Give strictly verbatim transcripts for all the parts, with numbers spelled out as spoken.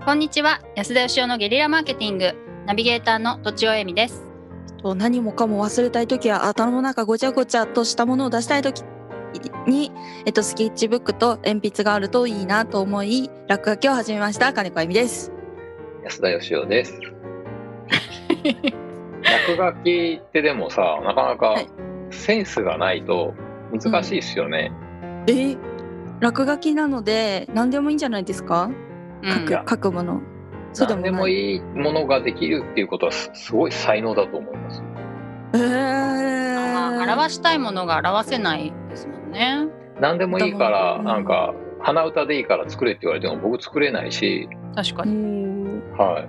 こんにちは、安田義雄のゲリラマーケティングナビゲーターのとちおえみです。 と何もかも忘れたいときや頭の中ごちゃごちゃとしたものを出したいときに、えっと、スケッチブックと鉛筆があるといいなと思い落書きを始めました。金子あゆみです。 安田義雄です。落書きってでもさ、なかなかセンスがないと難しいですよね、 うん、え落書きなので何でもいいんじゃないですか、うん、書く、書くものそうでもない。何でもいいものができるっていうことはすごい才能だと思います。 えー、 まあ、表したいものが表せないですもんね。 何でもいいからなんか鼻歌でいいから作れって言われても僕作れないし、 確かに、 はい、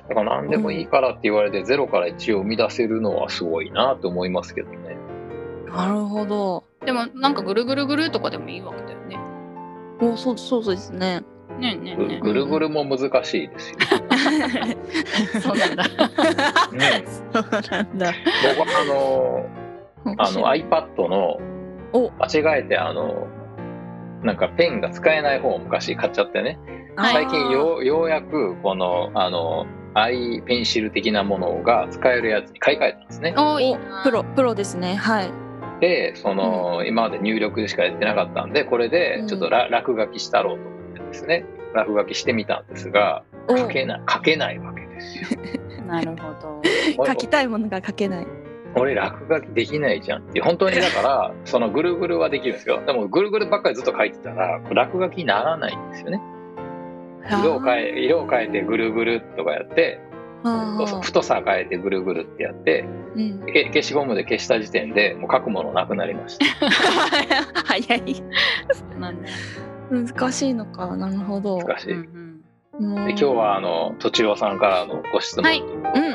だから何でもいいからって言われてゼロからいちを生み出せるのはすごいなと思いますけどね。 なるほど。 でもなんかぐるぐるぐるとかでもいいわけだよね。 お、そうそうですね。 ねえねえねえ、 ぐるぐるも難しいですよ。 そうなんだ。 うん、 そうなんだ。 僕はあのあの iPad の間違えてあのなんかペンが使えない方を昔買っちゃってね、最近よ う, ようやくこのあのアイペンシル的なものが使えるやつに買い替えたんですね。 おいいプロプロですね。はい。 でその、うん、今まで入力でしかやってなかったんで、これでちょっと、うん、落書きしたろうと思ってですね、落書きしてみたんですが、書けない書けないわけですよ。 なるほど。 書きたいものが書けない。 俺落書きできないじゃんって本当にだからそのぐるぐるはできるんですよ。でもぐるぐるばっかりずっと書いてたら落書きにならないんですよね。色を変え色を変えてぐるぐるとかやって、太さ変えてぐるぐるってやって、うん、消しゴムで消した時点でもう書くものなくなりました。 早い。難しいのか。なるほど。 難しい。うんうん、で今日はあのとちおさんからのご質問。 はい、うん、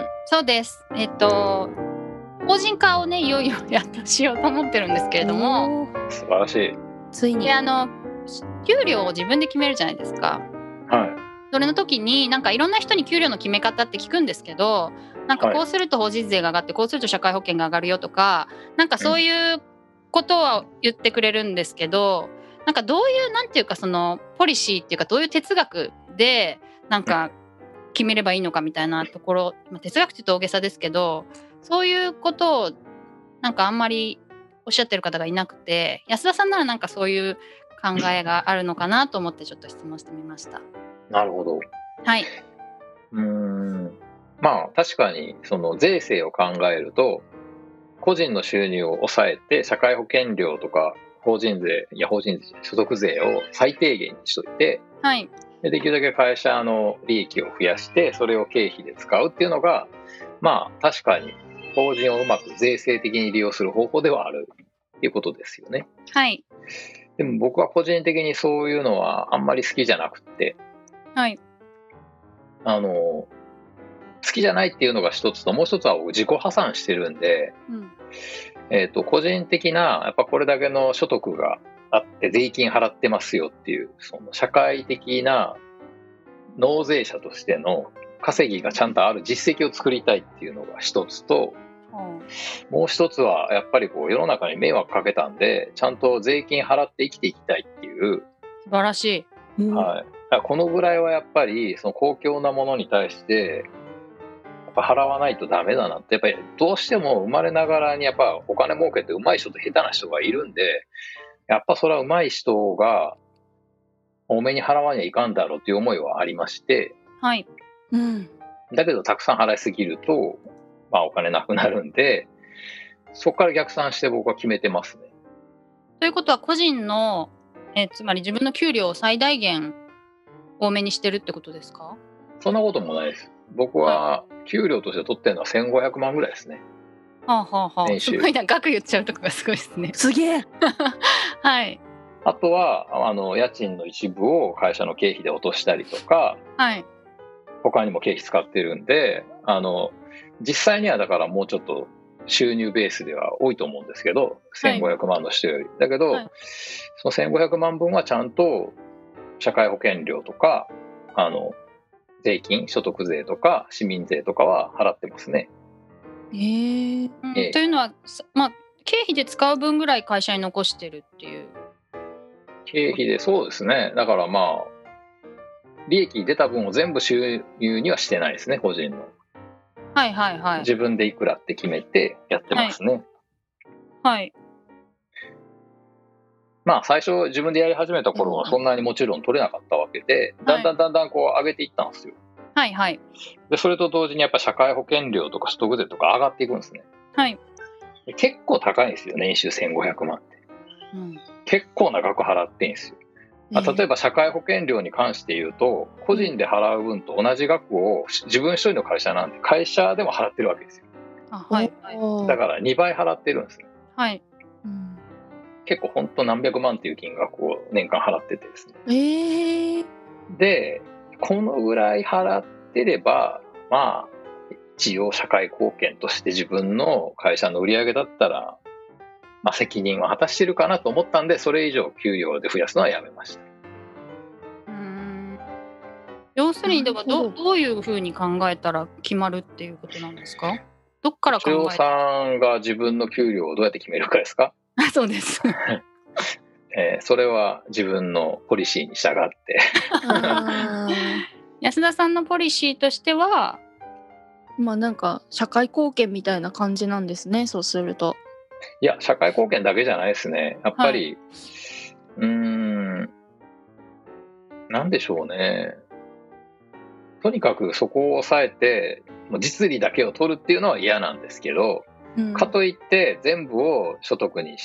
そうです。えっと法人化をねいよいよやっとしようと思ってるんですけれども、 素晴らしい。 ついにであの給料を自分で決めるじゃないですか。 はい。 それの時になんかいろんな人に給料の決め方って聞くんですけど、なんかこうすると法人税が上がって、こうすると社会保険が上がるよとか、なんかそういうことは言ってくれるんですけど、なんかどういうなんていうかそのポリシーっていうかどういう哲学でなんか決めればいいのかみたいなところ、哲学って言うと大げさですけど、そういうことをなんかあんまりおっしゃってる方がいなくて、安田さんならなんかそういう考えがあるのかなと思ってちょっと質問してみました。 なるほど。 はい。 うーん。まあ確かにその税制を考えると個人の収入を抑えて社会保険料とか法人税いや法人税所得税を最低限にしといて、 はい、 でできるだけ会社の利益を増やしてそれを経費で使うっていうのがまあ確かに法人をうまく税制的に利用する方法ではあるっていうことですよね。 はい。 でも僕は個人的にそういうのはあんまり好きじゃなくて、 はい、 あの好きじゃないっていうのが一つと、もう一つは自己破産してるんで、うん、えーと、個人的なやっぱこれだけの所得があって税金払ってますよっていうその社会的な納税者としての稼ぎがちゃんとある実績を作りたいっていうのが一つと、うん、もう一つはやっぱりこう世の中に迷惑かけたんでちゃんと税金払って生きていきたいっていう。 素晴らしい、 うん、はい、このぐらいはやっぱりその公共なものに対してやっぱ払わないとダメだなって、やっぱりどうしても生まれながらにやっぱお金儲けて上手い人と下手な人がいるんで、やっぱそれは上手い人が多めに払わにはいかんだろうっていう思いはありまして、 はい、 うん、 だけどたくさん払いすぎると、まあ、お金なくなるんで、そこから逆算して僕は決めてますね。 ということは個人の、えつまり自分の給料を最大限多めにしてるってことですか？ そんなこともないです。僕は給料として取ってるのはせんごひゃくまんぐらいですね。 はあはあはあ、すごいな、額言っちゃうとかがすごいですね。 すげえ。 はい。 あとはあの家賃の一部を会社の経費で落としたりとか、 はい、 他にも経費使ってるんで、あの実際にはだからもうちょっと収入ベースでは多いと思うんですけど、はい、せんごひゃくまんの人よりだけど、はい、そのせんごひゃくまんぶんはちゃんと社会保険料とかあの税金所得税とか市民税とかは払ってますね。 えーうん、というのは、まあ、経費で使う分ぐらい会社に残してるっていう経費で。そうですね。だからまあ利益出た分を全部収入にはしてないですね、個人の。 はいはいはい。 自分でいくらって決めてやってますね。 はい。はい、 まあ最初自分でやり始めた頃はそんなにもちろん取れなかったわけで、うん、だんだんだんだんこう上げていったんですよ。 はいはい。 でそれと同時にやっぱ社会保険料とか所得税とか上がっていくんですね。 はい。 結構高いんですよ、年収せんごひゃくまんって、うん、結構な額払ってんですよ。例えば社会保険料に関して言うと、個人で払う分と同じ額を自分一人の会社なんで会社でも払ってるわけですよ。 あ、はいはい、 だからにばい払ってるんですね。 はい、 うん、 結構本当何百万っていう金額を年間払っててですね、 えー、 でこのぐらい払ってればまあ一応社会貢献として自分の会社の売り上げだったらまあ、責任は果たしてるかなと思ったんで、それ以上給料で増やすのはやめました。 うーん、要するにでは ど, どういうふうに考えたら決まるっていうことなんですか？どっから考えたら。 さんが自分の給料をどうやって決めるかですか？ あ、そうです、 えー、それは自分のポリシーに従って安田さんのポリシーとしてはまあなんか社会貢献みたいな感じなんですね、そうすると。 いや、社会貢献だけじゃないですね。やっぱり、はい、うーん、なんでしょうね。とにかくそこを抑えて、実利だけを取るっていうのは嫌なんですけど、うん、かといって全部を所得にして、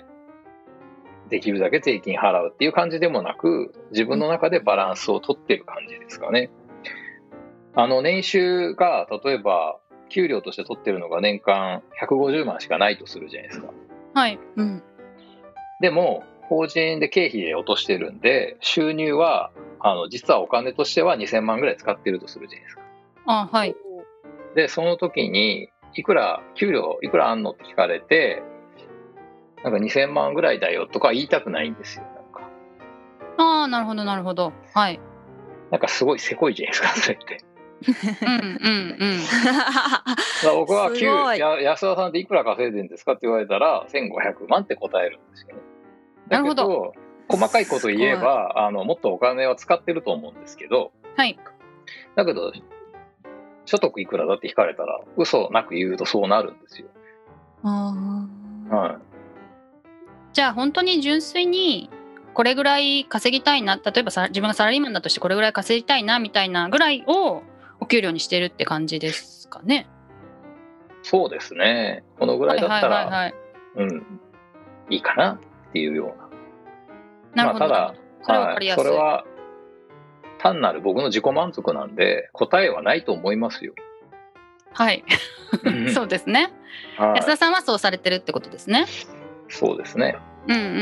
できるだけ税金払うっていう感じでもなく、自分の中でバランスを取ってる感じですかね。あの、年収が、例えば、給料として取ってるのが年間ひゃくごじゅうまんしかないとするじゃないですか。 はい。うん。 でも法人で経費で落としてるんで、収入はあの実はお金としてはにせんまんぐらい使ってるとするじゃないですか。 あ、はい。 でその時にいくら給料いくらあんのって聞かれて、なんかにせんまんぐらいだよとか言いたくないんですよ。なんか。 ああ、なるほどなるほど。はい。 なんかすごいせこいじゃないですか、それって。 うんうんうん。 僕は給や安田さんっていくら稼いでるんですかって言われたらせんごひゃくまんって答えるんですよね。だけど、なるほど、細かいこと言えばあのもっとお金は使ってると思うんですけど、 はい、 だけど所得いくらだって聞かれたら嘘なく言うとそうなるんですよ。 あ、 はい、 じゃあ本当に純粋にこれぐらい稼ぎたいな、例えばさ自分がサラリーマンだとしてこれぐらい稼ぎたいなみたいなぐらいをお給料にしてるって感じですかね。 そうですね。このぐらいだったら、はいはいはいはい、うん、いいかなっていうような。 なるほど。 まあ、ただそれは分かりやすい。 はい、それは単なる僕の自己満足なんで答えはないと思いますよ。 はいそうですね、はい、安田さんはそうされてるってことですね。 そうですね。 うんうんうん。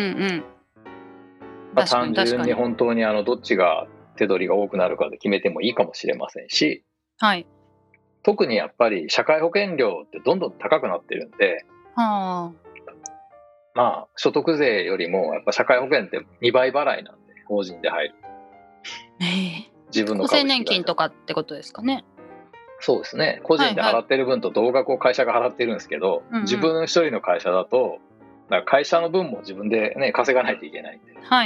まあ、単純に本当にあのどっちが手取りが多くなるかで決めてもいいかもしれませんし、 はい、 特にやっぱり社会保険料ってどんどん高くなってるんで、 はあ、 まあ所得税よりもやっぱ社会保険ってにばい払いなんで、法人で入ると、 えー、 自分の厚生年金とかってことですかね。 そうですね。個人で払ってる分と同額を会社が払ってるんですけど、はいはい、自分一人の会社だとだから会社の分も自分でね稼がないといけないんで、 はい、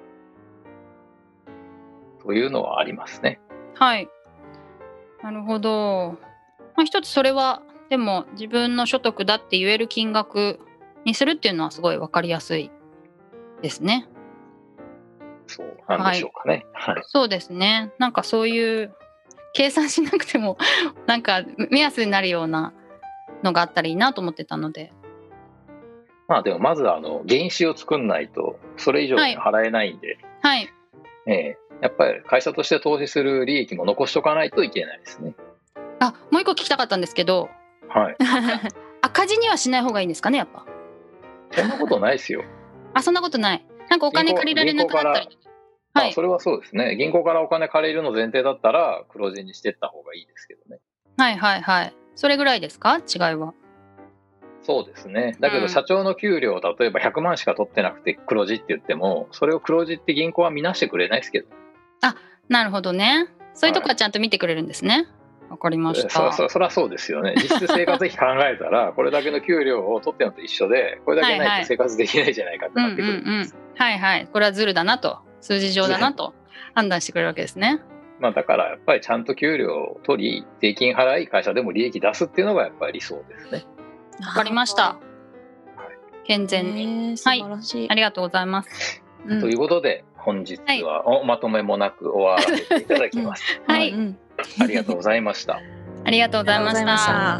というのはありますね。 はい、なるほど。まあ、一つそれはでも自分の所得だって言える金額にするっていうのはすごい分かりやすいですね。 そうなんでしょうかね。はいはい、 そうですね。なんかそういう計算しなくてもなんか目安になるようなのがあったらいいなと思ってたので。 まあでもまずあの原資を作んないとそれ以上に払えないんで、 はい、 えー、やっぱり会社として投資する利益も残しとかないといけないですね。 あ、もう一個聞きたかったんですけど、 はい、 赤字にはしない方がいいんですかね、やっぱ。 そんなことないですよ。 あ、そんなことない。なんかお金借りられなくなったりとか。 はい、あ、それはそうですね。銀行からお金借りるの前提だったら黒字にしていった方がいいですけどね。 はいはいはい。それぐらいですか、違いは。 そうですね。だけど社長の給料、うん、例えばひゃくまんしか取ってなくて黒字って言ってもそれを黒字って銀行は見なしてくれないですけど。 あ、なるほどね。そういうとこはちゃんと見てくれるんですね。わ、はい、かりました。 そ, そ, そりゃそうですよね。実質生活費考えたらこれだけの給料を取ってるのと一緒でこれだけないと生活できないじゃないかってなってくるんです。 はいはい。これはズルだなと、数字上だなと判断してくれるわけですね。 まあ、だからやっぱりちゃんと給料を取り税金払い会社でも利益出すっていうのがやっぱり理想ですね。 わかりました。健全に、 素晴らしい、 はい、ありがとうございます、 うん、ということで本日はおまとめもなく終わらせていただきます、 はい、 はい、ありがとうございましたありがとうございました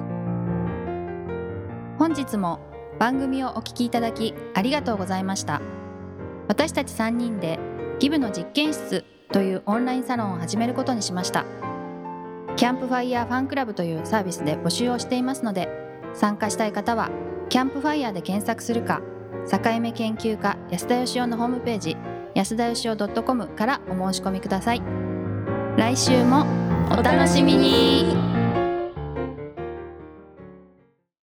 本日も番組をお聞きいただきありがとうございました。私たちさんにんでギブの実験室というオンラインサロンを始めることにしました。キャンプファイヤーファンクラブというサービスで募集をしていますので、参加したい方はキャンプファイヤーで検索するか、境目研究家安田義雄のホームページ安田義雄 .com からお申し込みください。来週もお楽しみに。